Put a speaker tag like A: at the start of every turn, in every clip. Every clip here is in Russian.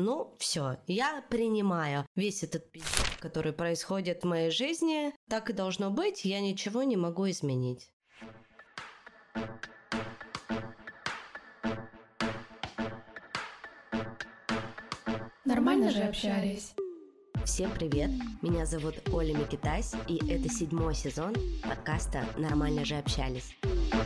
A: ну, все, я принимаю весь этот пиздец, который происходит в моей жизни, так и должно быть, я ничего не могу изменить.
B: Нормально же общались.
A: Всем привет, меня зовут Оля Микитась, и это 7-й сезон подкаста «Нормально же общались».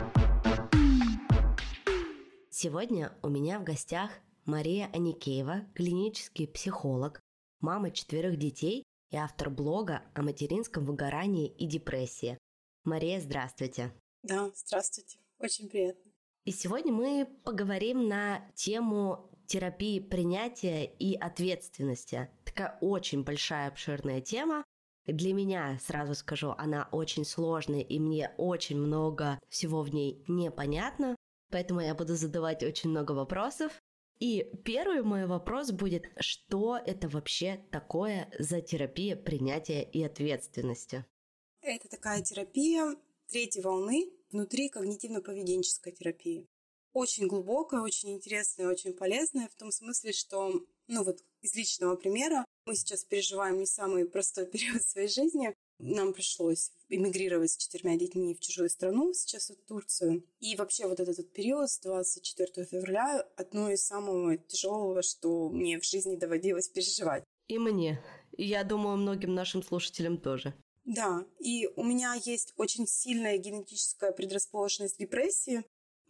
A: Сегодня у меня в гостях Мария Аникеева, клинический психолог, мама 4 детей и автор блога о материнском выгорании и депрессии. Мария, здравствуйте.
C: Да, здравствуйте, очень приятно.
A: И сегодня мы поговорим на тему терапии принятия и ответственности. Такая очень большая, обширная тема. Для меня, сразу скажу, она очень сложная, и мне очень много всего в ней непонятно, поэтому я буду задавать очень много вопросов. И первый мой вопрос будет, что это вообще такое за терапия принятия и ответственности?
C: Это такая терапия третьей волны внутри когнитивно-поведенческой терапии. Очень глубокая, очень интересная, очень полезная в том смысле, что, из личного примера, мы сейчас переживаем не самый простой период своей жизни. Нам пришлось эмигрировать с 4 детьми в чужую страну, сейчас в Турцию. И вообще вот этот период с 24 февраля одно из самого тяжелого, что мне в жизни доводилось переживать.
A: И мне. И я думаю, многим нашим слушателям тоже.
C: Да, и у меня есть очень сильная генетическая предрасположенность к депрессии.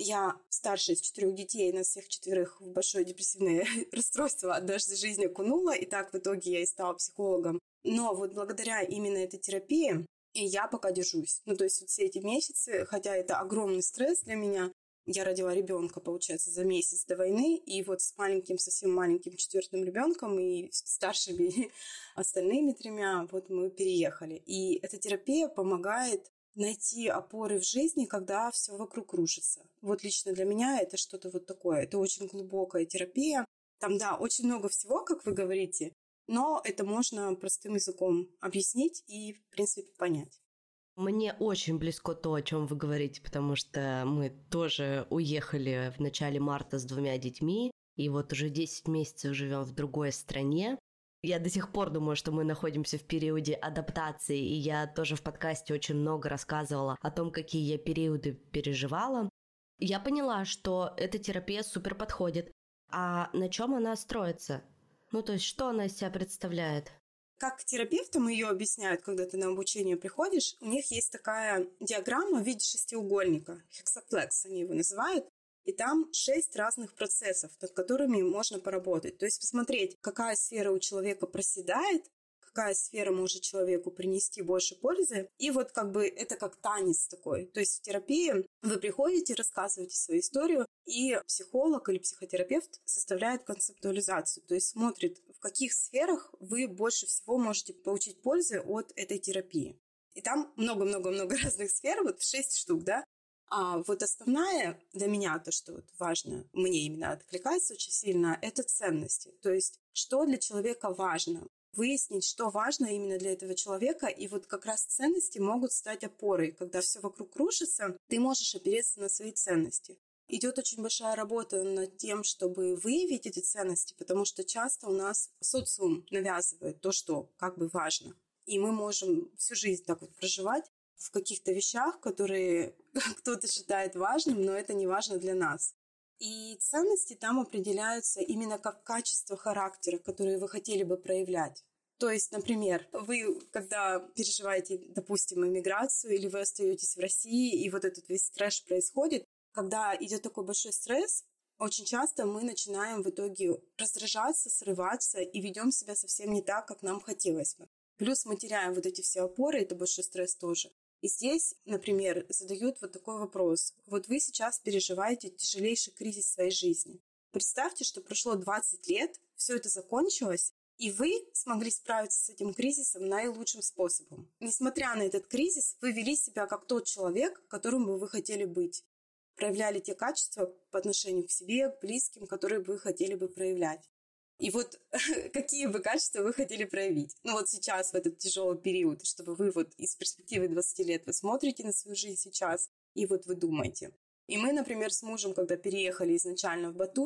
C: Я старшая из 4 детей, нас всех 4 в большое депрессивное расстройство однажды жизнь окунула, и так в итоге я и стала психологом. Но вот благодаря именно этой терапии я пока держусь. То есть вот все эти месяцы, хотя это огромный стресс для меня, я родила ребенка, получается, за месяц до войны, и вот с маленьким, совсем маленьким 4-м ребенком и старшими остальными 3 вот мы переехали. И эта терапия помогает найти опоры в жизни, когда все вокруг рушится. Вот лично для меня это что-то вот такое. Это очень глубокая терапия. Там, да, очень много всего, как вы говорите, но это можно простым языком объяснить и, в принципе, понять.
A: Мне очень близко то, о чем вы говорите, потому что мы тоже уехали в начале марта с 2 детьми, и вот уже 10 месяцев живем в другой стране. Я до сих пор думаю, что мы находимся в периоде адаптации, и я тоже в подкасте очень много рассказывала о том, какие я периоды переживала. Я поняла, что эта терапия супер подходит. А на чем она строится? То есть, что она из себя представляет?
C: Как терапевтам ее объясняют, когда ты на обучение приходишь, у них есть такая диаграмма в виде шестиугольника, хексаплекс они его называют, и там 6 разных процессов, над которыми можно поработать. То есть посмотреть, какая сфера у человека проседает, какая сфера может человеку принести больше пользы. И вот это как танец такой. То есть в терапии вы приходите, рассказываете свою историю, и психолог или психотерапевт составляет концептуализацию. То есть смотрит, в каких сферах вы больше всего можете получить пользы от этой терапии. И там много-много-много разных сфер, 6 штук, да. А вот основная для меня, то, что важно, мне именно откликается очень сильно, это ценности. То есть что для человека важно. Выяснить, что важно именно для этого человека, и вот как раз ценности могут стать опорой. Когда все вокруг рушится, ты можешь опереться на свои ценности. Идет очень большая работа над тем, чтобы выявить эти ценности, потому что часто у нас социум навязывает то, что важно. И мы можем всю жизнь так проживать в каких-то вещах, которые кто-то считает важным, но это не важно для нас. И ценности там определяются именно как качество характера, которые вы хотели бы проявлять. То есть, например, вы, когда переживаете, допустим, эмиграцию, или вы остаетесь в России, и вот этот весь трэш происходит, когда идет такой большой стресс, очень часто мы начинаем в итоге раздражаться, срываться и ведем себя совсем не так, как нам хотелось бы. Плюс мы теряем эти все опоры, это большой стресс тоже. И здесь, например, задают такой вопрос. Вот вы сейчас переживаете тяжелейший кризис в своей жизни. Представьте, что прошло 20 лет, все это закончилось, и вы смогли справиться с этим кризисом наилучшим способом. Несмотря на этот кризис, вы вели себя как тот человек, которым бы вы хотели быть. Проявляли те качества по отношению к себе, к близким, которые бы вы хотели бы проявлять. И какие бы качества вы хотели проявить? Сейчас, в этот тяжелый период, чтобы вы из перспективы 20 лет вы смотрите на свою жизнь сейчас, и вы думаете. И мы, например, с мужем, когда переехали изначально в Батуми,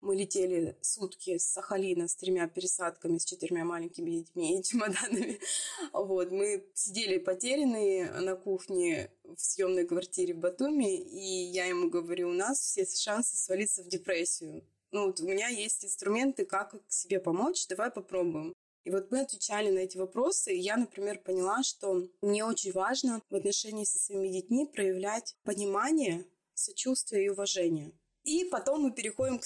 C: Мы летели сутки с Сахалина с 3 пересадками, с 4 маленькими детьми и чемоданами. Вот. Мы сидели потерянные на кухне в съемной квартире в Батуми, и я ему говорю, у нас все шансы свалиться в депрессию. Ну, вот у меня есть инструменты, как себе помочь, давай попробуем. И вот мы отвечали на эти вопросы, и я, например, поняла, что мне очень важно в отношении со своими детьми проявлять понимание, сочувствие и уважение. И потом мы переходим к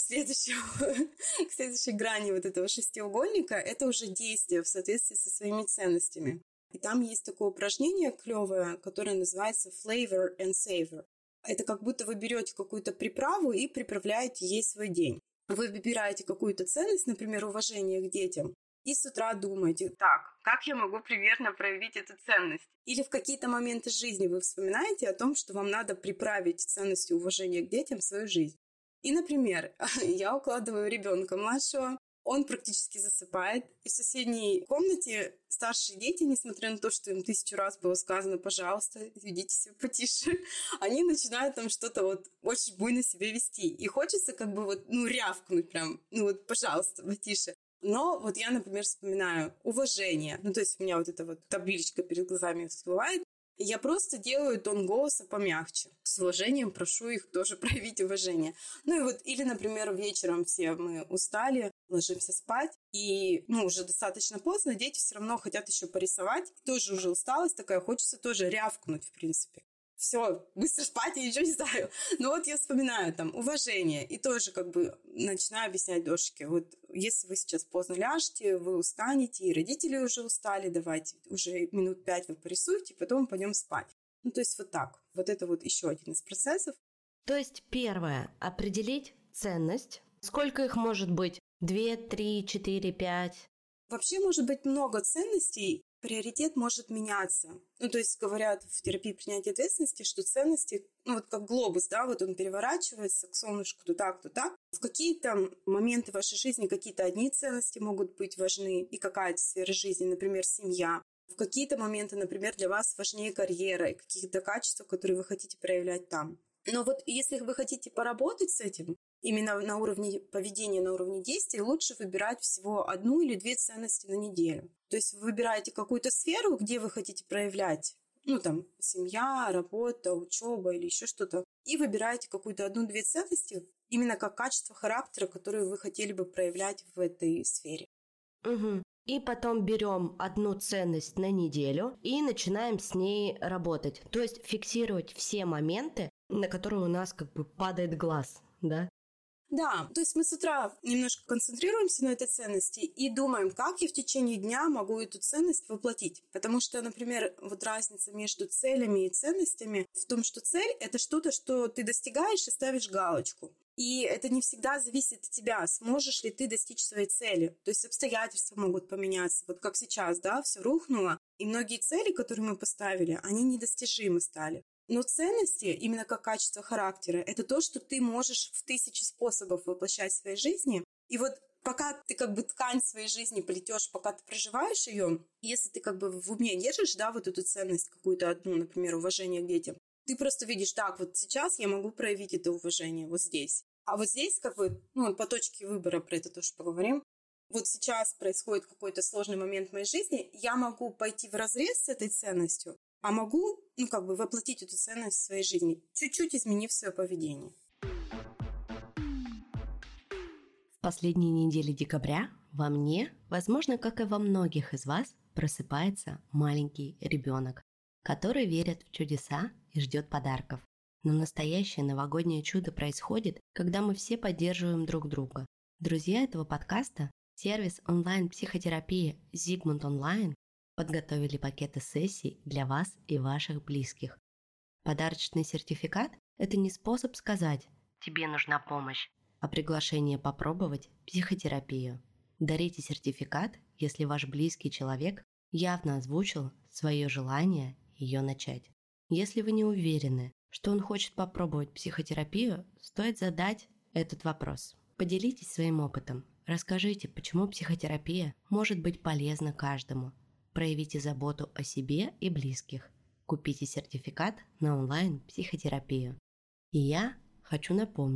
C: следующей грани вот этого шестиугольника. Это уже действие в соответствии со своими ценностями. И там есть такое упражнение клевое, которое называется flavor and savor. Это как будто вы берете какую-то приправу и приправляете ей свой день. Вы выбираете какую-то ценность, например, уважение к детям, и с утра думаете, так, как я могу примерно проявить эту ценность? Или в какие-то моменты жизни вы вспоминаете о том, что вам надо приправить ценностью уважения к детям в свою жизнь. И, например, я укладываю ребенка младшего, он практически засыпает, и в соседней комнате старшие дети, несмотря на то, что им 1000 раз было сказано, пожалуйста, ведите себя потише, они начинают там что-то вот очень буйно себя вести. И хочется как бы вот, рявкнуть прям, пожалуйста, потише. Но вот я, например, вспоминаю уважение. То есть у меня вот эта вот табличка перед глазами всплывает. И я просто делаю тон голоса помягче. С уважением прошу их тоже проявить уважение. Или, например, вечером все мы устали, ложимся спать, и, уже достаточно поздно, дети все равно хотят еще порисовать. Тоже уже усталость такая, хочется тоже рявкнуть, в принципе. Все, быстро спать, я ничего не знаю. Но вот я вспоминаю там уважение и тоже как бы начинаю объяснять дочке. Вот если вы сейчас поздно ляжете, вы устанете, и родители уже устали, давайте уже минут 5 вы порисуйте, потом пойдем спать. То есть вот так. Вот это вот еще один из процессов.
A: То есть первое, определить ценность. Сколько их может быть? 2, 3, 4, 5?
C: Вообще может быть много ценностей. Приоритет может меняться. То есть говорят в терапии принятия ответственности, что ценности, вот как глобус, да, вот он переворачивается к солнышку то так, то так. В какие-то моменты вашей жизни какие-то одни ценности могут быть важны, и какая-то сфера жизни, например, семья. В какие-то моменты, например, для вас важнее карьера и какие-то качества, которые вы хотите проявлять там. Но вот если вы хотите поработать с этим, именно на уровне поведения, на уровне действий, лучше выбирать всего 1 или 2 ценности на неделю. То есть вы выбираете какую-то сферу, где вы хотите проявлять, семья, работа, учеба или еще что-то, и выбираете какую-то 1-2 ценности, именно как качество характера, которые вы хотели бы проявлять в этой сфере.
A: Угу. И потом берем 1 ценность на неделю и начинаем с ней работать. То есть фиксировать все моменты, на которые у нас как бы падает глаз, да?
C: Да, то есть мы с утра немножко концентрируемся на этой ценности и думаем, как я в течение дня могу эту ценность воплотить. Потому что, например, вот разница между целями и ценностями в том, что цель – это что-то, что ты достигаешь и ставишь галочку. И это не всегда зависит от тебя, сможешь ли ты достичь своей цели. То есть обстоятельства могут поменяться. Вот как сейчас, да, все рухнуло, и многие цели, которые мы поставили, они недостижимы стали. Но ценности, именно как качество характера, это то, что ты можешь в 1000 способов воплощать в своей жизни. И вот пока ты как бы ткань своей жизни плетешь, пока ты проживаешь ее, если ты как бы в уме держишь, да, вот эту ценность какую-то одну, например, уважение к детям, ты просто видишь, так, вот сейчас я могу проявить это уважение вот здесь. А вот здесь как бы, по точке выбора про это тоже поговорим. Вот сейчас происходит какой-то сложный момент в моей жизни, я могу пойти вразрез с этой ценностью, а могу, воплотить эту ценность в своей жизни, чуть-чуть изменив свое поведение.
A: В последние недели декабря во мне, возможно, как и во многих из вас, просыпается маленький ребенок, который верит в чудеса и ждет подарков. Но настоящее новогоднее чудо происходит, когда мы все поддерживаем друг друга. Друзья этого подкаста, сервис онлайн-психотерапии Zigmund Online, подготовили пакеты сессий для вас и ваших близких. Подарочный сертификат – это не способ сказать «тебе нужна помощь», а приглашение попробовать психотерапию. Дарите сертификат, если ваш близкий человек явно озвучил свое желание ее начать. Если вы не уверены, что он хочет попробовать психотерапию, стоит задать этот вопрос. Поделитесь своим опытом. Расскажите, почему психотерапия может быть полезна каждому. Проявите заботу о себе и близких. Купите сертификат на онлайн-психотерапию. И я хочу напомнить,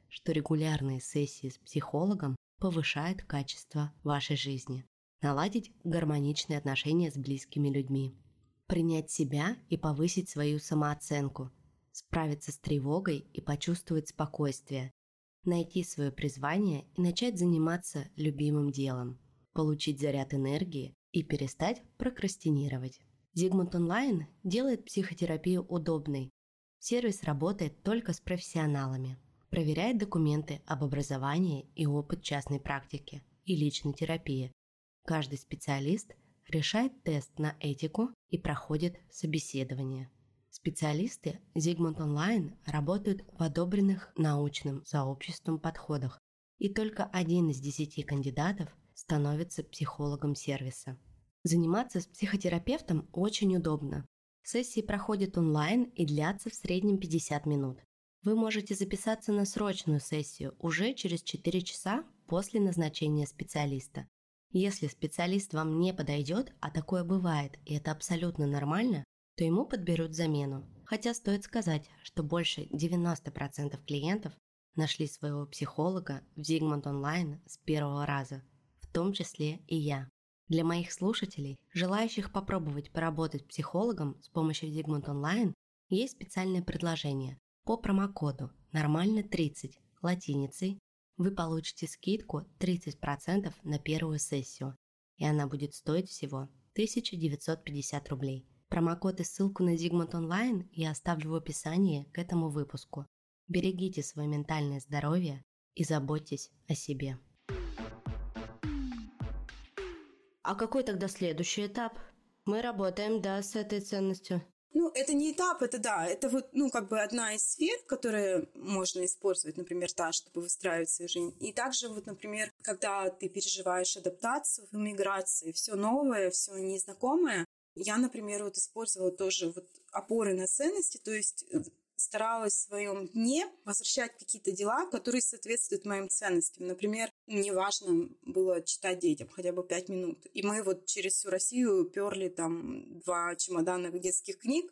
A: что регулярные сессии с психологом повышают качество вашей жизни. Наладить гармоничные отношения с близкими людьми. Принять себя и повысить свою самооценку. Справиться с тревогой и почувствовать спокойствие. Найти свое призвание и начать заниматься любимым делом. Получить заряд энергии и перестать прокрастинировать. Зигмунд Онлайн делает психотерапию удобной. Сервис работает только с профессионалами. Проверяет документы об образовании и опыт частной практики и личной терапии. Каждый специалист решает тест на этику и проходит собеседование. Специалисты Зигмунд Онлайн работают в одобренных научным сообществом подходах, и только 1 из 10 кандидатов становится психологом сервиса. Заниматься с психотерапевтом очень удобно. Сессии проходят онлайн и длятся в среднем 50 минут. Вы можете записаться на срочную сессию уже через 4 часа после назначения специалиста. Если специалист вам не подойдет, а такое бывает, и это абсолютно нормально, то ему подберут замену. Хотя стоит сказать, что больше 90% клиентов нашли своего психолога в Зигмунд Онлайн с первого раза, в том числе и я. Для моих слушателей, желающих попробовать поработать психологом с помощью Зигмунд Онлайн, есть специальное предложение. По промокоду «Нормально30» латиницей вы получите скидку 30% на первую сессию, и она будет стоить всего 1950 рублей. Промокод и ссылку на Зигмунд Онлайн я оставлю в описании к этому выпуску. Берегите свое ментальное здоровье и заботьтесь о себе. А какой тогда следующий этап? Мы работаем, да, с этой ценностью.
C: Это не этап, это вот, одна из сфер, которые можно использовать, например, чтобы выстраивать свою жизнь. И также вот, например, когда ты переживаешь адаптацию в иммиграции, все новое, все незнакомое, я, например, использовала тоже опоры на ценности, то есть старалась в своем дне возвращать какие-то дела, которые соответствуют моим ценностям. Например, мне важно было читать детям хотя бы 5 минут. И мы через всю Россию перли 2 чемодана детских книг.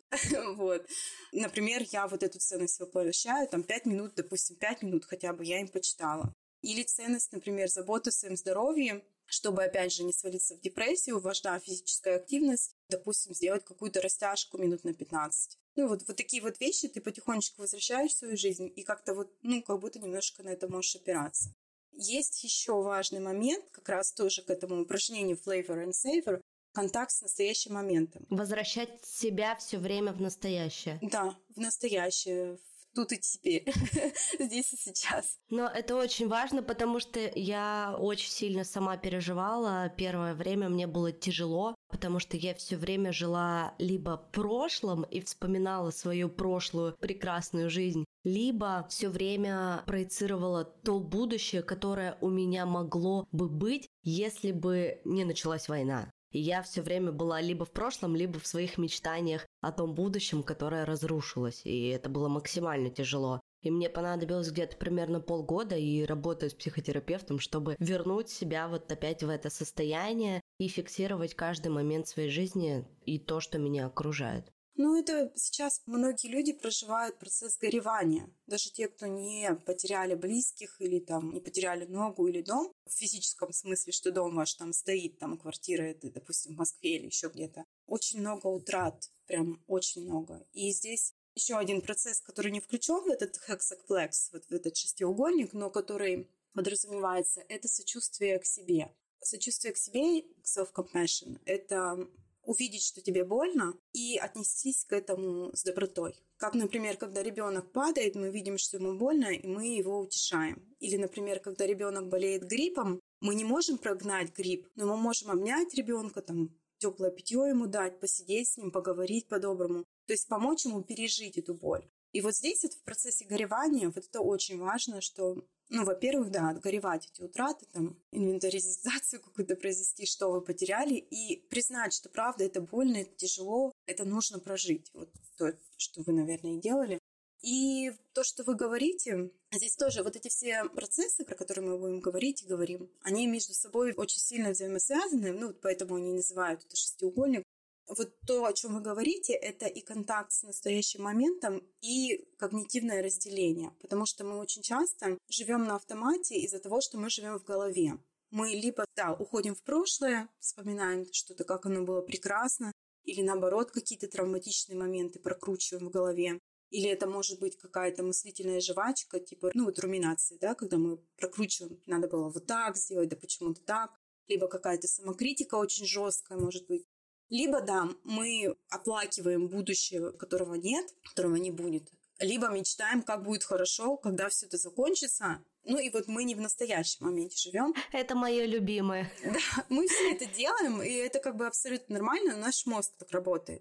C: Например, я эту ценность воплощаю, 5 минут, допустим, 5 минут хотя бы я им почитала. Или ценность, например, заботы о своем здоровье, чтобы, опять же, не свалиться в депрессию, важна физическая активность, допустим, сделать какую-то растяжку минут на 15. Такие вещи ты потихонечку возвращаешь в свою жизнь и как-то как будто немножко на это можешь опираться. Есть еще важный момент, как раз тоже к этому упражнению Flavor and Savor, контакт с настоящим моментом.
A: Возвращать себя все время в настоящее.
C: Да, в настоящее, тут и теперь, здесь и сейчас.
A: Но это очень важно, потому что я очень сильно сама переживала. Первое время мне было тяжело, потому что я все время жила либо прошлым и вспоминала свою прошлую прекрасную жизнь, либо все время проецировала то будущее, которое у меня могло бы быть, если бы не началась война. И я все время была либо в прошлом, либо в своих мечтаниях о том будущем, которое разрушилось. И это было максимально тяжело. И мне понадобилось где-то примерно полгода и работать с психотерапевтом, чтобы вернуть себя опять в это состояние и фиксировать каждый момент своей жизни и то, что меня окружает.
C: Это сейчас многие люди проживают процесс горевания. Даже те, кто не потеряли близких или не потеряли ногу или дом, в физическом смысле, что дом ваш стоит, квартира, это, допустим, в Москве или еще где-то. Очень много утрат, прям очень много. И здесь еще один процесс, который не включен в этот hexaplex, в этот шестиугольник, но который подразумевается, это сочувствие к себе. Сочувствие к себе, self-compassion, это увидеть, что тебе больно, и отнестись к этому с добротой. Как, например, когда ребенок падает, мы видим, что ему больно, и мы его утешаем. Или, например, когда ребенок болеет гриппом, мы не можем прогнать грипп, но мы можем обнять ребенка, теплое питье ему дать, посидеть с ним, поговорить по-доброму. То есть помочь ему пережить эту боль. И здесь в процессе горевания это очень важно, что во-первых, отгоревать эти утраты, инвентаризацию какую-то произвести, что вы потеряли, и признать, что правда это больно, это тяжело, это нужно прожить. То, что вы, наверное, и делали. И то, что вы говорите, здесь тоже эти все процессы, про которые мы будем говорить и говорим, они между собой очень сильно взаимосвязаны, поэтому они называют это шестиугольник. Вот то, о чем вы говорите, это и контакт с настоящим моментом, и когнитивное разделение. Потому что мы очень часто живем на автомате из-за того, что мы живем в голове. Мы либо, уходим в прошлое, вспоминаем что-то, как оно было прекрасно, или наоборот, какие-то травматичные моменты прокручиваем в голове. Или это может быть какая-то мыслительная жвачка, типа, руминации, когда мы прокручиваем, надо было вот так сделать, да почему-то так. Либо какая-то самокритика очень жесткая, может быть. Либо, мы оплакиваем будущее, которого нет, которого не будет. Либо мечтаем, как будет хорошо, когда все это закончится. И вот мы не в настоящем моменте живем.
A: Это мое любимое.
C: Да, мы все это делаем, и это абсолютно нормально, наш мозг так работает.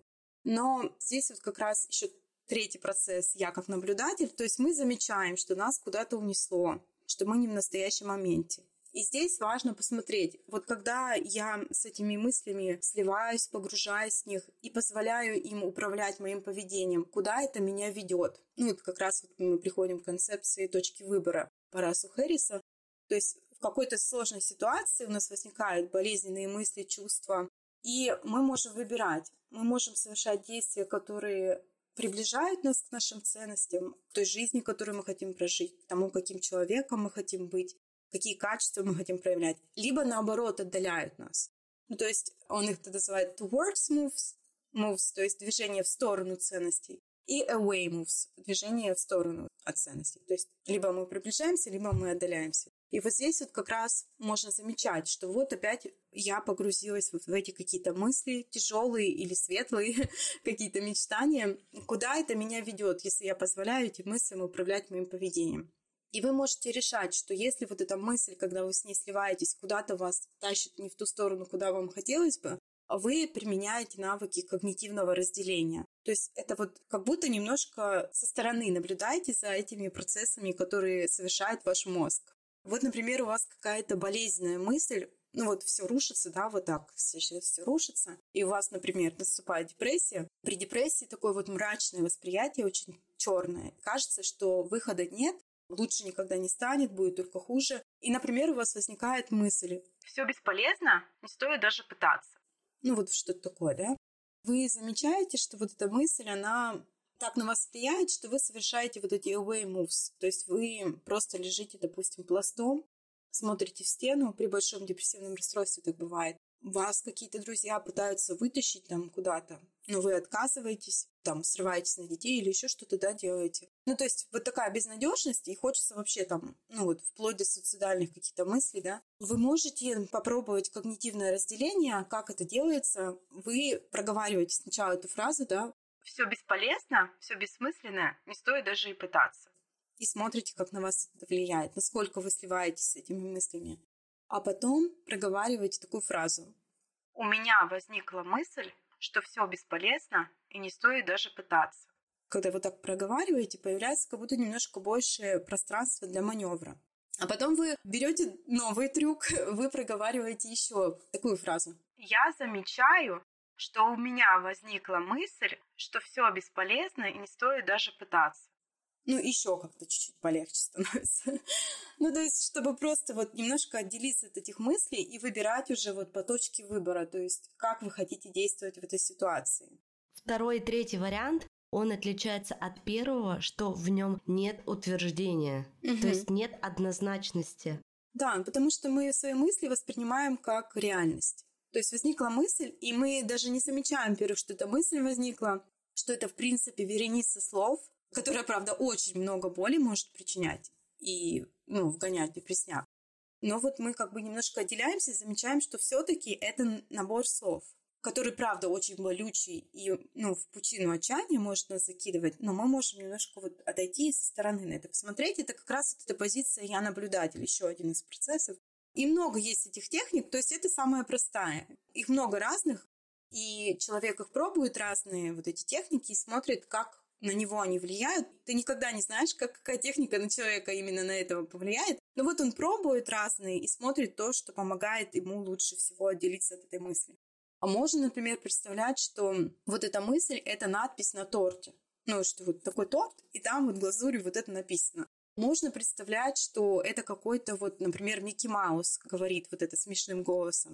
C: Но здесь вот как раз еще третий процесс, я как наблюдатель, то есть мы замечаем, что нас куда-то унесло, что мы не в настоящем моменте. И здесь важно посмотреть, вот когда я с этими мыслями сливаюсь, погружаюсь в них и позволяю им управлять моим поведением, куда это меня ведет. Как раз мы приходим к концепции точки выбора по Рассу Хэрриса. То есть в какой-то сложной ситуации у нас возникают болезненные мысли, чувства, и мы можем выбирать. Мы можем совершать действия, которые приближают нас к нашим ценностям, к той жизни, которую мы хотим прожить, к тому, каким человеком мы хотим быть, какие качества мы хотим проявлять, либо, наоборот, отдаляют нас. То есть он их называет towards moves, то есть движение в сторону ценностей, и away moves, движение в сторону от ценностей. То есть либо мы приближаемся, либо мы отдаляемся. И вот здесь вот как раз можно замечать, что вот опять я погрузилась в эти какие-то мысли, тяжелые или светлые, какие-то мечтания. Куда это меня ведет, если я позволяю этим мыслям управлять моим поведением? И вы можете решать, что если вот эта мысль, когда вы с ней сливаетесь, куда-то вас тащит не в ту сторону, куда вам хотелось бы, вы применяете навыки когнитивного разделения. То есть это вот как будто немножко со стороны наблюдаете за этими процессами, которые совершает ваш мозг. Вот, например, у вас какая-то болезненная мысль, все рушится, вот так, сейчас все рушится, и у вас, например, наступает депрессия. При депрессии такое вот мрачное восприятие, очень черное. Кажется, что выхода нет, лучше никогда не станет, будет только хуже. И, например, у вас возникает мысль: все бесполезно, не стоит даже пытаться. Что-то такое, да? Вы замечаете, что вот эта мысль, она так на вас влияет, что вы совершаете вот эти away moves. То есть вы просто лежите, допустим, пластом, смотрите в стену. При большом депрессивном расстройстве так бывает. Вас какие-то друзья пытаются вытащить куда-то, но вы отказываетесь, срываетесь на детей или еще что-то, делаете. То есть вот такая безнадежность, и хочется вообще вплоть до суицидальных каких-то мыслей, Вы можете попробовать когнитивное разделение, как это делается. Вы проговариваете сначала эту фразу, все бесполезно, все бессмысленно, не стоит даже и пытаться. И смотрите, как на вас это влияет, насколько вы сливаетесь с этими мыслями. А потом проговаривайте такую фразу: у меня возникла мысль, что все бесполезно и не стоит даже пытаться. Когда вы так проговариваете, появляется как будто немножко больше пространства для маневра. А потом вы берете новый трюк, вы проговариваете еще такую фразу: я замечаю, что у меня возникла мысль, что все бесполезно и не стоит даже пытаться. Еще как-то чуть-чуть полегче становится. То есть, чтобы просто немножко отделиться от этих мыслей и выбирать уже по точке выбора, то есть, как вы хотите действовать в этой ситуации.
A: Второй и третий вариант, он отличается от первого, что в нем нет утверждения, то есть нет однозначности.
C: Да, потому что мы свои мысли воспринимаем как реальность. То есть возникла мысль, и мы даже не замечаем, во-первых, что эта мысль возникла, что это, в принципе, вереница слов, которая, правда, очень много боли может причинять и, вгонять в депрессняк. Но мы немножко отделяемся и замечаем, что все-таки это набор слов, который, правда, очень болючий и, в пучину отчаяния может нас закидывать, но мы можем немножко отойти со стороны на это посмотреть. Это как раз эта позиция «я наблюдатель», еще один из процессов. И много есть этих техник, то есть это самая простая. Их много разных, и человек их пробует, разные эти техники, и смотрит, как на него они влияют. Ты никогда не знаешь, какая техника на человека именно на этого повлияет. Но он пробует разные и смотрит то, что помогает ему лучше всего отделиться от этой мысли. А можно, например, представлять, что эта мысль – это надпись на торте. Что такой торт, и там глазурью это написано. Можно представлять, что это какой-то, например, Микки Маус говорит это смешным голосом.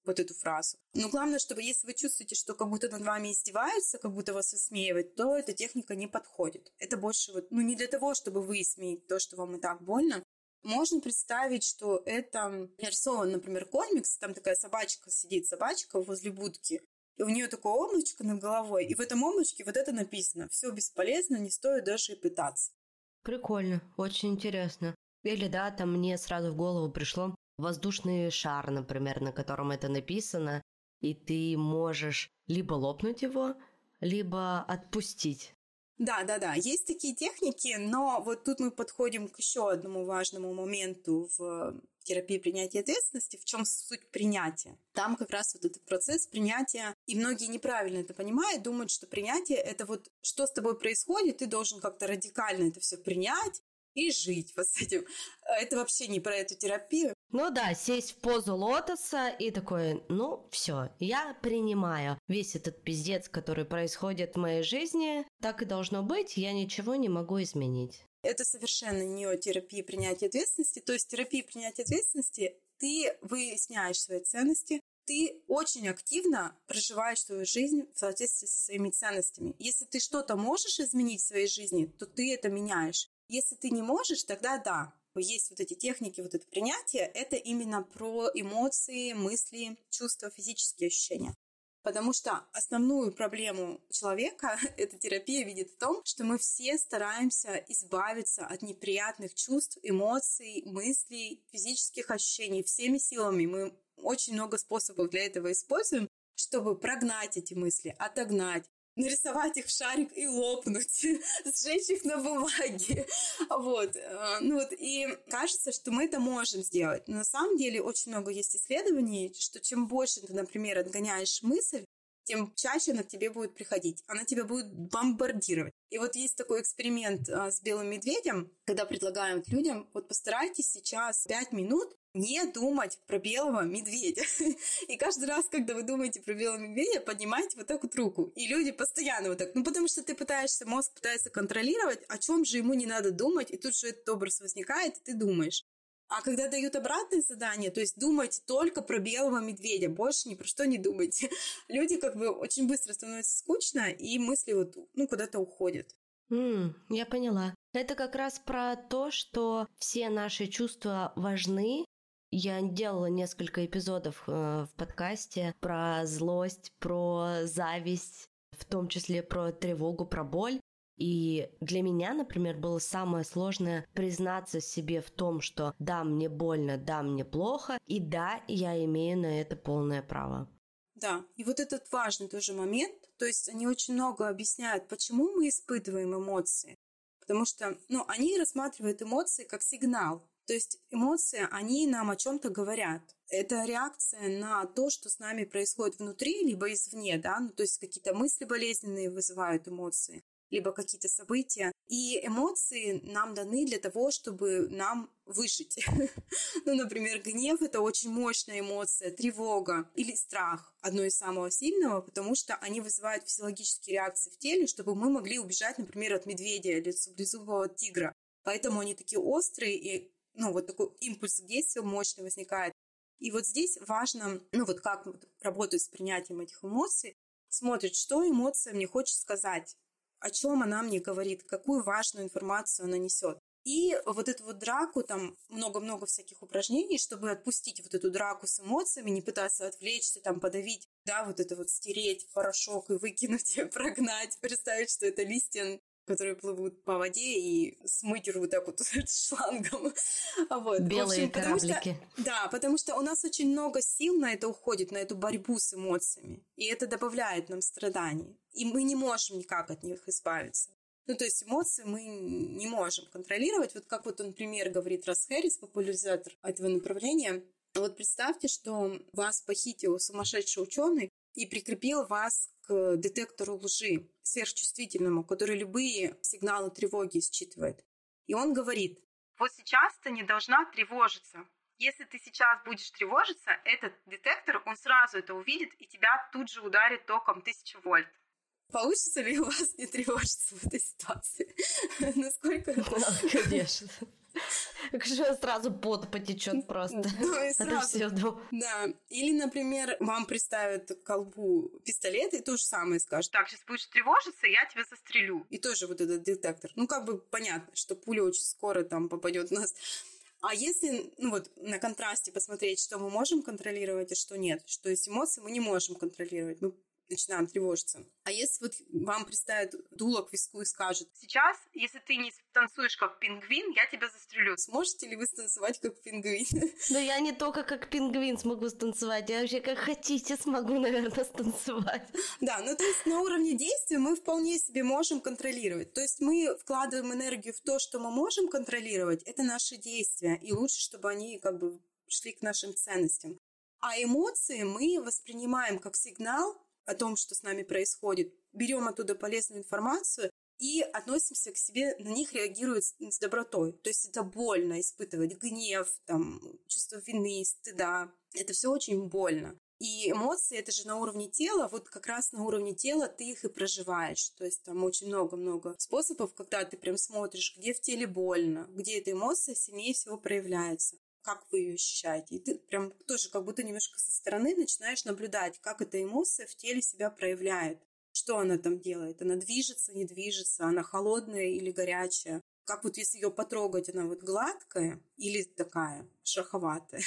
C: вот эту фразу. Но главное, чтобы если вы чувствуете, что как будто над вами издеваются, как будто вас высмеивают, то эта техника не подходит. Это больше не для того, чтобы высмеять то, что вам и так больно. Можно представить, что это нарисован, например, комикс, там такая собачка возле будки, и у нее такое облачко над головой, и в этом облачке вот это написано. Все бесполезно, не стоит даже и пытаться.
A: Прикольно, очень интересно. Или да, там мне сразу в голову пришло воздушный шар, например, на котором это написано, и ты можешь либо лопнуть его, либо отпустить.
C: Да, есть такие техники, но вот тут мы подходим к еще одному важному моменту в терапии принятия ответственности. В чем суть принятия? Там как раз вот этот процесс принятия, и многие неправильно это понимают, думают, что принятие — это вот что с тобой происходит, ты должен как-то радикально это все принять и жить вот с этим. Это вообще не про эту терапию.
A: Ну да, сесть в позу лотоса и такой, все, я принимаю весь этот пиздец, который происходит в моей жизни, так и должно быть, я ничего не могу изменить.
C: Это совершенно не о терапии принятия ответственности. То есть терапия принятия ответственности, ты выясняешь свои ценности, ты очень активно проживаешь свою жизнь в соответствии со своими ценностями. Если ты что-то можешь изменить в своей жизни, то ты это меняешь. Если ты не можешь, тогда да. Есть вот эти техники, вот это принятие, это именно про эмоции, мысли, чувства, физические ощущения. Потому что основную проблему человека эта терапия видит в том, что мы все стараемся избавиться от неприятных чувств, эмоций, мыслей, физических ощущений всеми силами. Мы очень много способов для этого используем, чтобы прогнать эти мысли, отогнать, нарисовать их в шарик и лопнуть, сжечь их на бумаге. И кажется, что мы это можем сделать. Но на самом деле очень много есть исследований, что чем больше ты, например, отгоняешь мысль, тем чаще она к тебе будет приходить. Она тебя будет бомбардировать. И вот есть такой эксперимент с белым медведем, когда предлагаем людям, вот постарайтесь сейчас 5 минут не думать про белого медведя. И каждый раз, когда вы думаете про белого медведя, поднимайте вот так вот руку. И люди постоянно вот так. Потому что мозг пытается контролировать, о чем же ему не надо думать, и тут же этот образ возникает, и ты думаешь. А когда дают обратное задание, то есть думайте только про белого медведя, больше ни про что не думайте. Люди очень быстро становится скучно, и мысли куда-то уходят.
A: Я поняла. Это как раз про то, что все наши чувства важны. Я делала несколько эпизодов в подкасте про злость, про зависть, в том числе про тревогу, про боль. И для меня, например, было самое сложное признаться себе в том, что да, мне больно, да, мне плохо, и да, я имею на это полное право.
C: Да, и вот этот важный тоже момент, то есть они очень много объясняют, почему мы испытываем эмоции. Потому что, они рассматривают эмоции как сигнал. То есть эмоции, они нам о чем-то говорят. Это реакция на то, что с нами происходит внутри, либо извне, да, то есть какие-то мысли болезненные вызывают эмоции, либо какие-то события. И эмоции нам даны для того, чтобы нам выжить. Например, гнев — это очень мощная эмоция, тревога или страх — одно из самого сильного, потому что они вызывают физиологические реакции в теле, чтобы мы могли убежать, например, от медведя или саблезубого тигра. Поэтому они такие острые, и такой импульс к действию мощный возникает. И вот здесь важно, как работают с принятием этих эмоций, смотрит, что эмоция мне хочет сказать, о чем она мне говорит, какую важную информацию она несет. И вот эту вот драку, там много-много всяких упражнений, чтобы отпустить вот эту драку с эмоциями, не пытаться отвлечься, там подавить, да, вот это вот стереть порошок и выкинуть, прогнать, представить, что это листья, которые плывут по воде, и смыть вот так вот шлангом.
A: Белые кораблики.
C: Потому что у нас очень много сил на это уходит, на эту борьбу с эмоциями. И это добавляет нам страданий. И мы не можем никак от них избавиться. То есть эмоции мы не можем контролировать. Вот как он пример говорит Росс Хэррис, популяризатор этого направления. Вот представьте, что вас похитил сумасшедший ученый и прикрепил вас к детектору лжи, сверхчувствительному, который любые сигналы тревоги считывает. И он говорит: вот сейчас ты не должна тревожиться. Если ты сейчас будешь тревожиться, этот детектор, он сразу это увидит и тебя тут же ударит током 1000 вольт. Получится ли у вас не тревожиться в этой ситуации? Насколько?
A: Конечно. Сразу пот потечет просто.
C: Да, и сразу. Да. Или, например, вам приставят к колбу пистолет и то же самое скажут. Так, сейчас будешь тревожиться, я тебя застрелю. И тоже вот этот детектор. Понятно, что пуля очень скоро там попадет в нас. А если, на контрасте посмотреть, что мы можем контролировать, а что нет, что есть эмоции, мы не можем контролировать. Мы начинаем тревожиться. А если вам приставят дуло к виску и скажут: сейчас, если ты не танцуешь как пингвин, я тебя застрелю. Сможете ли вы станцевать как пингвин?
A: Да я не только как пингвин смогу станцевать, я вообще как хотите смогу, наверное, станцевать.
C: Да, то есть на уровне действия мы вполне себе можем контролировать. То есть мы вкладываем энергию в то, что мы можем контролировать, это наши действия. И лучше, чтобы они шли к нашим ценностям. А эмоции мы воспринимаем как сигнал о том, что с нами происходит, берем оттуда полезную информацию и относимся к себе, на них реагируем с добротой. То есть это больно испытывать гнев, чувство вины, стыда. Это все очень больно. И эмоции, это же на уровне тела, как раз на уровне тела ты их и проживаешь. То есть там очень много-много способов, когда ты прям смотришь, где в теле больно, где эта эмоция сильнее всего проявляется. Как вы ее ощущаете. И ты прям тоже как будто немножко со стороны начинаешь наблюдать, как эта эмоция в теле себя проявляет. Что она там делает? Она движется, не движется? Она холодная или горячая? Как если ее потрогать, она гладкая или такая шероховатая?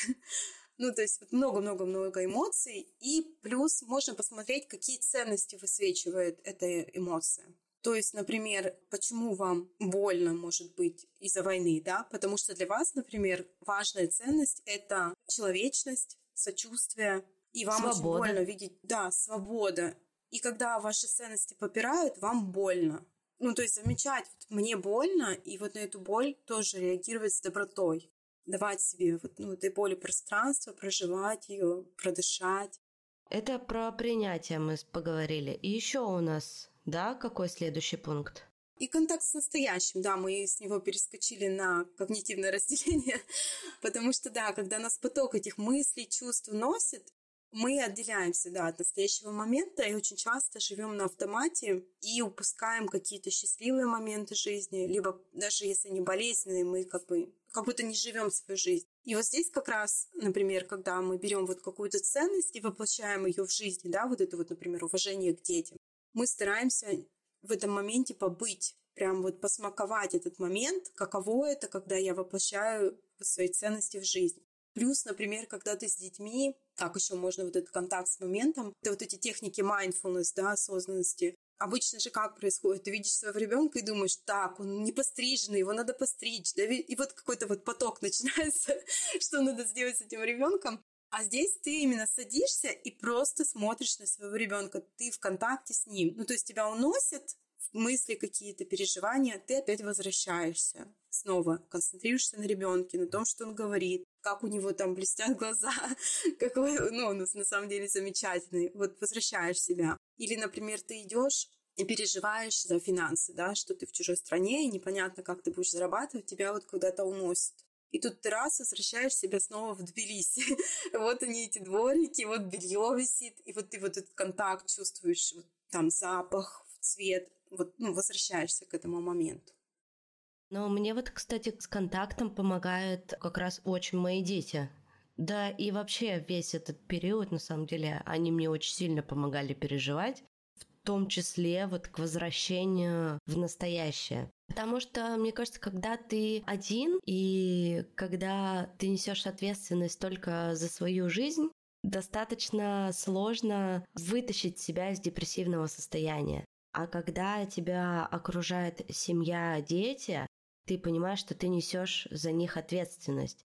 C: То есть много-много-много эмоций. И плюс можно посмотреть, какие ценности высвечивает эта эмоция. То есть, например, почему вам больно может быть из-за войны, да? Потому что для вас, например, важная ценность — это человечность, сочувствие. И вам очень больно видеть, свобода. И когда ваши ценности попирают, вам больно. То есть замечать, мне больно, и на эту боль тоже реагировать с добротой. Давать себе этой боли пространство, проживать ее, продышать.
A: Это про принятие мы поговорили. И еще у нас... Да, какой следующий пункт?
C: И контакт с настоящим, да, мы с него перескочили на когнитивное разделение, потому что, да, когда нас поток этих мыслей, чувств носит, мы отделяемся, да, от настоящего момента и очень часто живем на автомате и упускаем какие-то счастливые моменты жизни, либо даже если они болезненные, мы как будто не живем свою жизнь. И здесь как раз, например, когда мы берем какую-то ценность и воплощаем ее в жизни, да, это например, уважение к детям, мы стараемся в этом моменте побыть, прям посмаковать этот момент, каково это, когда я воплощаю свои ценности в жизнь. Плюс, например, когда ты с детьми, как еще можно этот контакт с моментом, это эти техники mindfulness, да, осознанности. Обычно же как происходит? Ты видишь своего ребенка и думаешь: так, он не постриженный, его надо постричь. Да? И какой-то поток начинается, что надо сделать с этим ребенком. А здесь ты именно садишься и просто смотришь на своего ребенка. Ты в контакте с ним. То есть тебя уносят в мысли какие-то, переживания. Ты опять возвращаешься. Снова концентрируешься на ребенке, на том, что он говорит, как у него там блестят глаза, какой он на самом деле замечательный. Возвращаешь себя. Или, например, ты идешь и переживаешь за финансы, да, что ты в чужой стране, и непонятно, как ты будешь зарабатывать, тебя куда-то уносит. И тут ты возвращаешь себя снова в Тбилиси. Они эти дворики, белье висит, и ты этот контакт чувствуешь, там запах, цвет, возвращаешься к этому моменту.
A: Но мне кстати, с контактом помогают как раз очень мои дети. Да, и вообще весь этот период, на самом деле, они мне очень сильно помогали переживать, в том числе к возвращению в настоящее. Потому что, мне кажется, когда ты один и когда ты несешь ответственность только за свою жизнь, достаточно сложно вытащить себя из депрессивного состояния. А когда тебя окружает семья, дети, ты понимаешь, что ты несешь за них ответственность.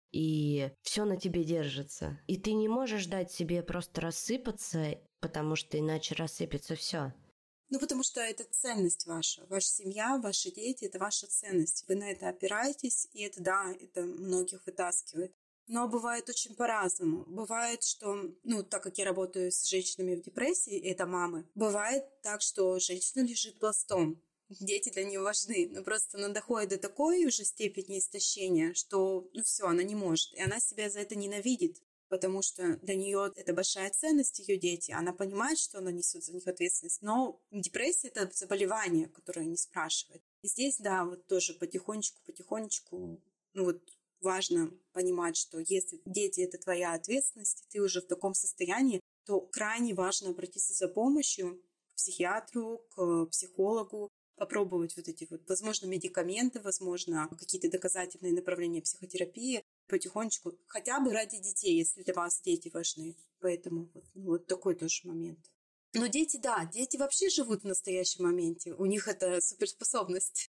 A: И все на тебе держится. И ты не можешь дать себе просто рассыпаться, потому что иначе рассыпется все.
C: Потому что это ценность ваша. Ваша семья, ваши дети — это ваша ценность. Вы на это опираетесь, и это многих вытаскивает. Но бывает очень по-разному. Бывает, что, так как я работаю с женщинами в депрессии, это мамы, бывает так, что женщина лежит пластом. Дети для нее важны, но просто она доходит до такой уже степени истощения, что, все, она не может. И она себя за это ненавидит. Потому что для нее это большая ценность, ее дети. Она понимает, что она несет за них ответственность. Но депрессия — это заболевание, которое не спрашивает. И здесь, да, тоже потихонечку важно понимать, что если дети — это твоя ответственность, и ты уже в таком состоянии, то крайне важно обратиться за помощью к психиатру, к психологу, попробовать возможно, медикаменты, возможно, какие-то доказательные направления психотерапии потихонечку, хотя бы ради детей, если для вас дети важны. Поэтому такой тоже момент. Но дети вообще живут в настоящем моменте. У них это суперспособность.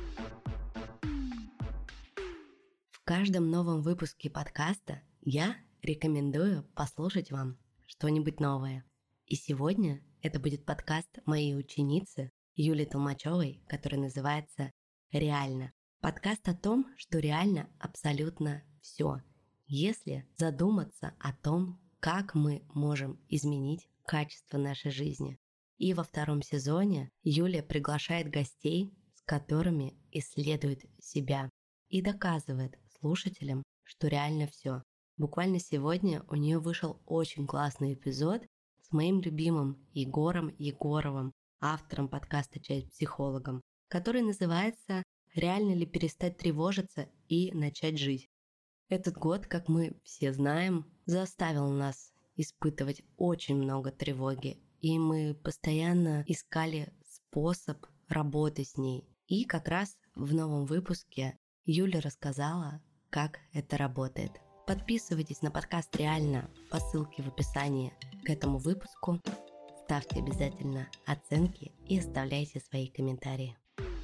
A: В каждом новом выпуске подкаста я рекомендую послушать вам что-нибудь новое. И сегодня это будет подкаст моей ученицы Юлии Толмачевой, который называется «Реально». Подкаст о том, что реально абсолютно все, если задуматься о том, как мы можем изменить качество нашей жизни. И во втором сезоне Юлия приглашает гостей, с которыми исследует себя и доказывает слушателям, что реально все. Буквально сегодня у нее вышел очень классный эпизод с моим любимым Егором Егоровым, автором подкаста «Чай с психологом», который называется «Реально ли перестать тревожиться и начать жить?». Этот год, как мы все знаем, заставил нас испытывать очень много тревоги, и мы постоянно искали способ работы с ней. И как раз в новом выпуске Юля рассказала, как это работает. Подписывайтесь на подкаст «Реально» по ссылке в описании к этому выпуску. Ставьте обязательно оценки и оставляйте свои комментарии.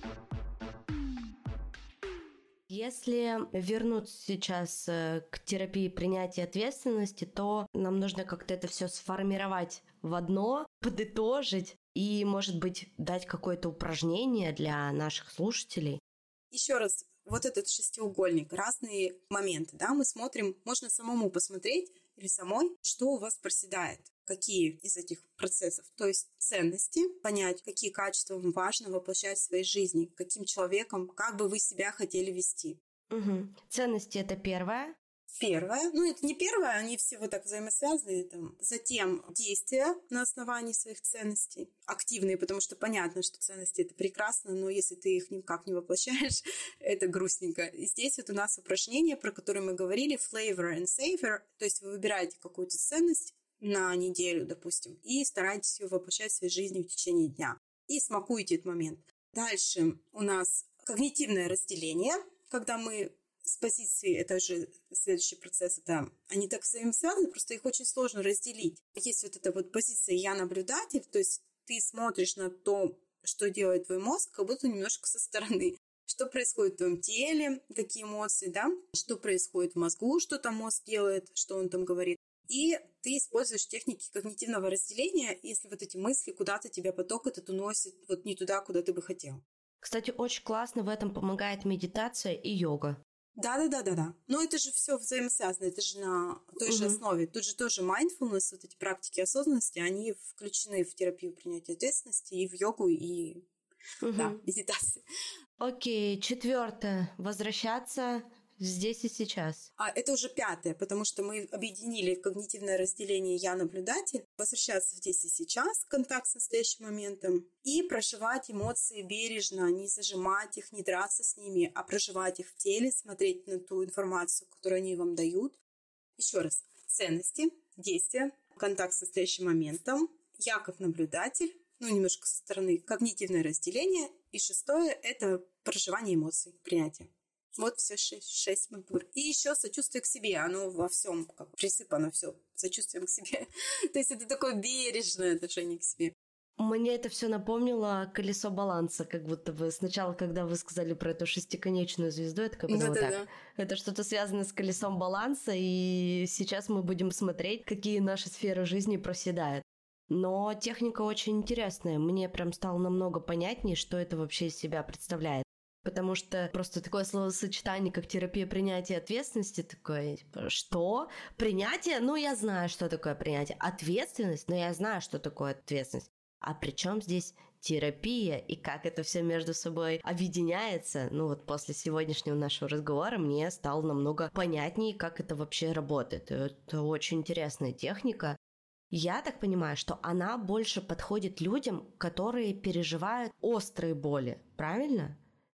A: Если вернуться сейчас к терапии принятия ответственности, то нам нужно как-то это все сформировать в одно, подытожить и, может быть, дать какое-то упражнение для наших слушателей.
C: Еще раз, этот шестиугольник, разные моменты, мы смотрим, можно самому посмотреть или самой, что у вас проседает, какие из этих процессов, то есть ценности, понять, какие качества вам важно воплощать в своей жизни, каким человеком, как бы вы себя хотели вести.
A: Угу. Ценности — это первое.
C: Первое, это не первое, они все так взаимосвязаны. Затем действия на основании своих ценностей, активные, потому что понятно, что ценности — это прекрасно, но если ты их никак не воплощаешь, это грустненько. И здесь у нас упражнение, про которое мы говорили, flavor and savor, то есть вы выбираете какую-то ценность на неделю, допустим, и стараетесь ее воплощать в своей жизни в течение дня. И смакуете этот момент. Дальше у нас когнитивное разделение, когда мы с позиции, это уже следующий процесс, они так взаимосвязаны, просто их очень сложно разделить. Есть эта позиция «я наблюдатель», то есть ты смотришь на то, что делает твой мозг, как будто немножко со стороны. Что происходит в твоем теле, какие эмоции, что происходит в мозгу, что там мозг делает, что он там говорит. И ты используешь техники когнитивного разделения, если эти мысли куда-то тебя поток этот уносит не туда, куда ты бы хотел.
A: Кстати, очень классно в этом помогает медитация и йога.
C: Да. Но это же все взаимосвязано, это же на той же основе. Тут же тоже mindfulness, эти практики осознанности, они включены в терапию принятия ответственности и в йогу, и медитацию.
A: Окей, 4. Возвращаться здесь и сейчас.
C: Это уже 5, потому что мы объединили когнитивное разделение «я наблюдатель», возвращаться здесь и сейчас, контакт с настоящим моментом, и проживать эмоции бережно, не зажимать их, не драться с ними, а проживать их в теле, смотреть на ту информацию, которую они вам дают. Еще раз, ценности, действия, контакт с настоящим моментом, я как наблюдатель, немножко со стороны, когнитивное разделение, и 6 — это проживание эмоций, принятие. Все 6 мы говорим. И еще сочувствие к себе. Оно во всем присыпано все сочувствием к себе. То есть это такое бережное отношение к себе.
A: Мне это все напомнило колесо баланса, как будто бы сначала, когда вы сказали про эту шестиконечную звезду, это как будто так. Это что-то связано с колесом баланса, и сейчас мы будем смотреть, какие наши сферы жизни проседают. Но техника очень интересная. Мне прям стало намного понятнее, что это вообще из себя представляет. Потому что просто такое словосочетание, как терапия принятия ответственности, такое, что? Принятие? Я знаю, что такое принятие. Ответственность? Я знаю, что такое ответственность. А при чем здесь терапия и как это все между собой объединяется? После сегодняшнего нашего разговора мне стало намного понятнее, как это вообще работает. Это очень интересная техника. Я так понимаю, что она больше подходит людям, которые переживают острые боли. Правильно?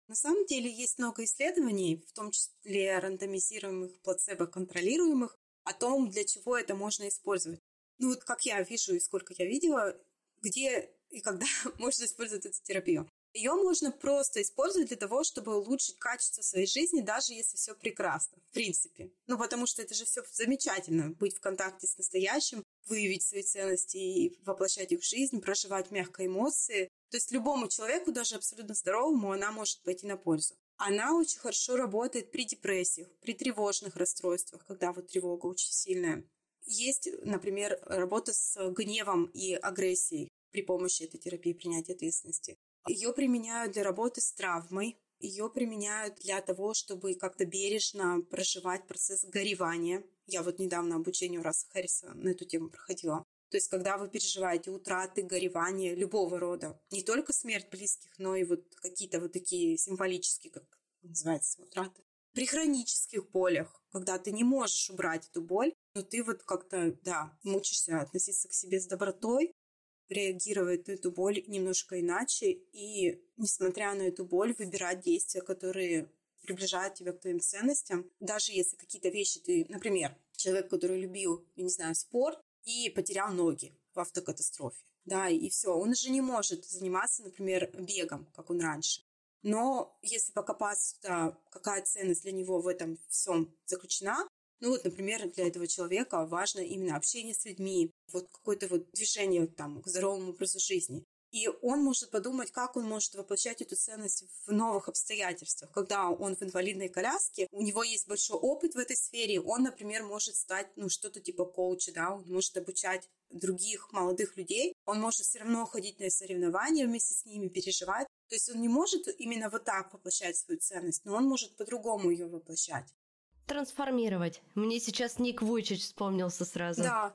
C: На самом деле есть много исследований, в том числе рандомизируемых, плацебо-контролируемых, о том, для чего это можно использовать. Ну вот как я вижу и сколько я видела, где и когда можно использовать эту терапию. Ее можно просто использовать для того, чтобы улучшить качество своей жизни, даже если все прекрасно, в принципе. Ну, потому что это же все замечательно, быть в контакте с настоящим, выявить свои ценности и воплощать их в жизнь, проживать мягко эмоции. То есть любому человеку, даже абсолютно здоровому, она может пойти на пользу. Она очень хорошо работает при депрессиях, при тревожных расстройствах, когда вот тревога очень сильная. Есть, например, работа с гневом и агрессией при помощи этой терапии принятия ответственности. Ее применяют для работы с травмой, ее применяют для того, чтобы как-то бережно проживать процесс горевания. Я вот недавно обучение у Расса Хэрриса на эту тему проходила. То есть, когда вы переживаете утраты, горевания любого рода, не только смерть близких, но и вот какие-то вот такие символические, как называется, утраты. При хронических болях, когда ты не можешь убрать эту боль, но ты вот как-то, мучишься относиться к себе с добротой, реагировать на эту боль немножко иначе и, несмотря на эту боль, выбирать действия, которые приближают тебя к твоим ценностям. Даже если какие-то вещи ты, например, человек, который любил, я не знаю, спорт и потерял ноги в автокатастрофе, и все, он уже не может заниматься, например, бегом, как он раньше. Но если покопаться, какая ценность для него в этом всем заключена, например, для этого человека важно именно общение с людьми, какое-то движение к здоровому образу жизни. И он может подумать, как он может воплощать эту ценность в новых обстоятельствах. Когда он в инвалидной коляске, у него есть большой опыт в этой сфере, он, например, может стать, что-то типа коуча, он может обучать других молодых людей, он может все равно ходить на соревнования вместе с ними, переживать. То есть он не может именно вот так воплощать свою ценность, но он может по-другому ее воплощать.
A: Трансформировать. Мне сейчас Ник Вуйчич вспомнился сразу.
C: Да.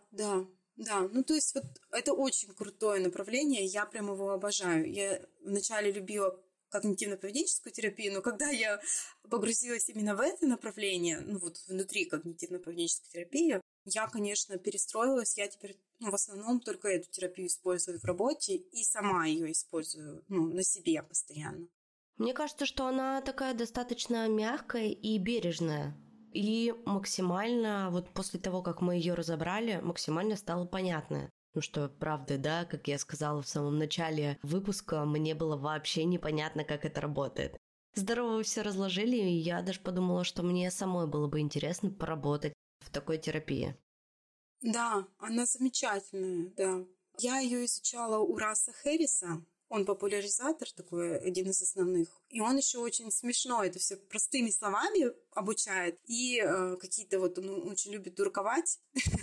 C: То есть это очень крутое направление, я прям его обожаю. Я вначале любила когнитивно-поведенческую терапию, но когда я погрузилась именно в это направление, внутри когнитивно-поведенческой терапии, я, конечно, перестроилась. Я теперь в основном только эту терапию использую в работе и сама ее использую на себе постоянно.
A: Мне кажется, что она такая достаточно мягкая и бережная. И максимально, после того, как мы ее разобрали, максимально стало понятно. Что, правда, как я сказала в самом начале выпуска, мне было вообще непонятно, как это работает. Здорово, вы все разложили, и я даже подумала, что мне самой было бы интересно поработать в такой терапии.
C: Да, она замечательная, да. Я ее изучала у Расса Хэрриса. Он популяризатор такой, один из основных. И он еще очень смешно это все простыми словами обучает. И какие-то он очень любит дурковать.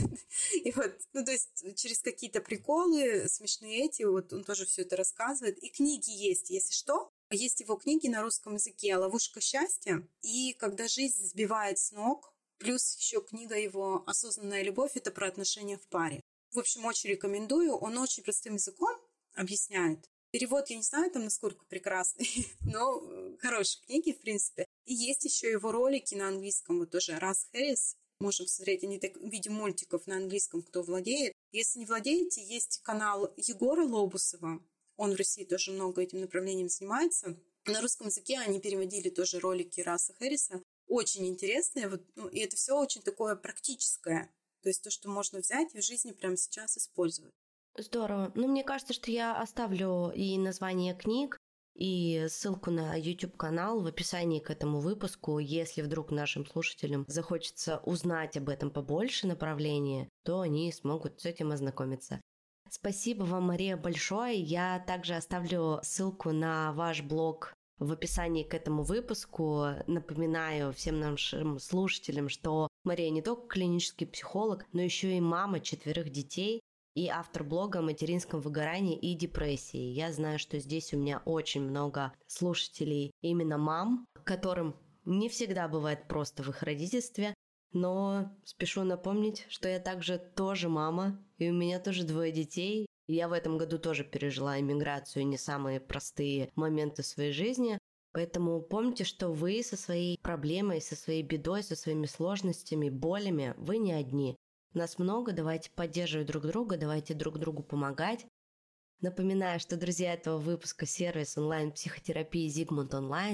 C: И то есть через какие-то приколы смешные он тоже все это рассказывает. И книги есть, если что. Есть его книги на русском языке «Ловушка счастья» и «Когда жизнь сбивает с ног». Плюс еще книга его «Осознанная любовь» — это про отношения в паре. В общем, очень рекомендую. Он очень простым языком объясняет. Перевод, я не знаю, насколько прекрасный, но хорошие книги, в принципе. И есть еще его ролики на английском, тоже Расс Хэррис. Можем смотреть, они так в виде мультиков на английском, кто владеет. Если не владеете, есть канал Егора Лобусова. Он в России тоже много этим направлением занимается. На русском языке они переводили тоже ролики Расса Хэрриса. Очень интересные, и это все очень такое практическое. То есть то, что можно взять и в жизни прямо сейчас использовать.
A: Здорово. Мне кажется, что я оставлю и название книг, и ссылку на YouTube-канал в описании к этому выпуску. Если вдруг нашим слушателям захочется узнать об этом побольше направлении, то они смогут с этим ознакомиться. Спасибо вам, Мария, большое. Я также оставлю ссылку на ваш блог в описании к этому выпуску. Напоминаю всем нашим слушателям, что Мария не только клинический психолог, но еще и мама 4 детей и автор блога о материнском выгорании и депрессии. Я знаю, что здесь у меня очень много слушателей именно мам, которым не всегда бывает просто в их родительстве, но спешу напомнить, что я также тоже мама, и у меня тоже 2 детей. Я в этом году тоже пережила эмиграцию, не самые простые моменты в своей жизни. Поэтому помните, что вы со своей проблемой, со своей бедой, со своими сложностями, болями, вы не одни. Нас много, давайте поддерживать друг друга, давайте друг другу помогать. Напоминаю, что друзья этого выпуска — сервис онлайн-психотерапии Zigmund Online.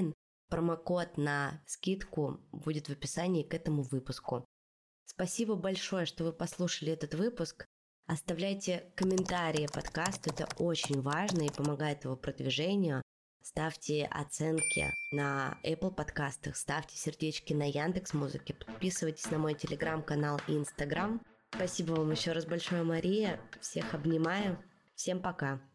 A: Промокод на скидку будет в описании к этому выпуску. Спасибо большое, что вы послушали этот выпуск. Оставляйте комментарии подкасту, это очень важно и помогает его продвижению. Ставьте оценки на Apple подкастах, ставьте сердечки на Яндекс.Музыке, подписывайтесь на мой телеграм-канал и Инстаграм. Спасибо вам еще раз большое, Мария. Всех обнимаю. Всем пока.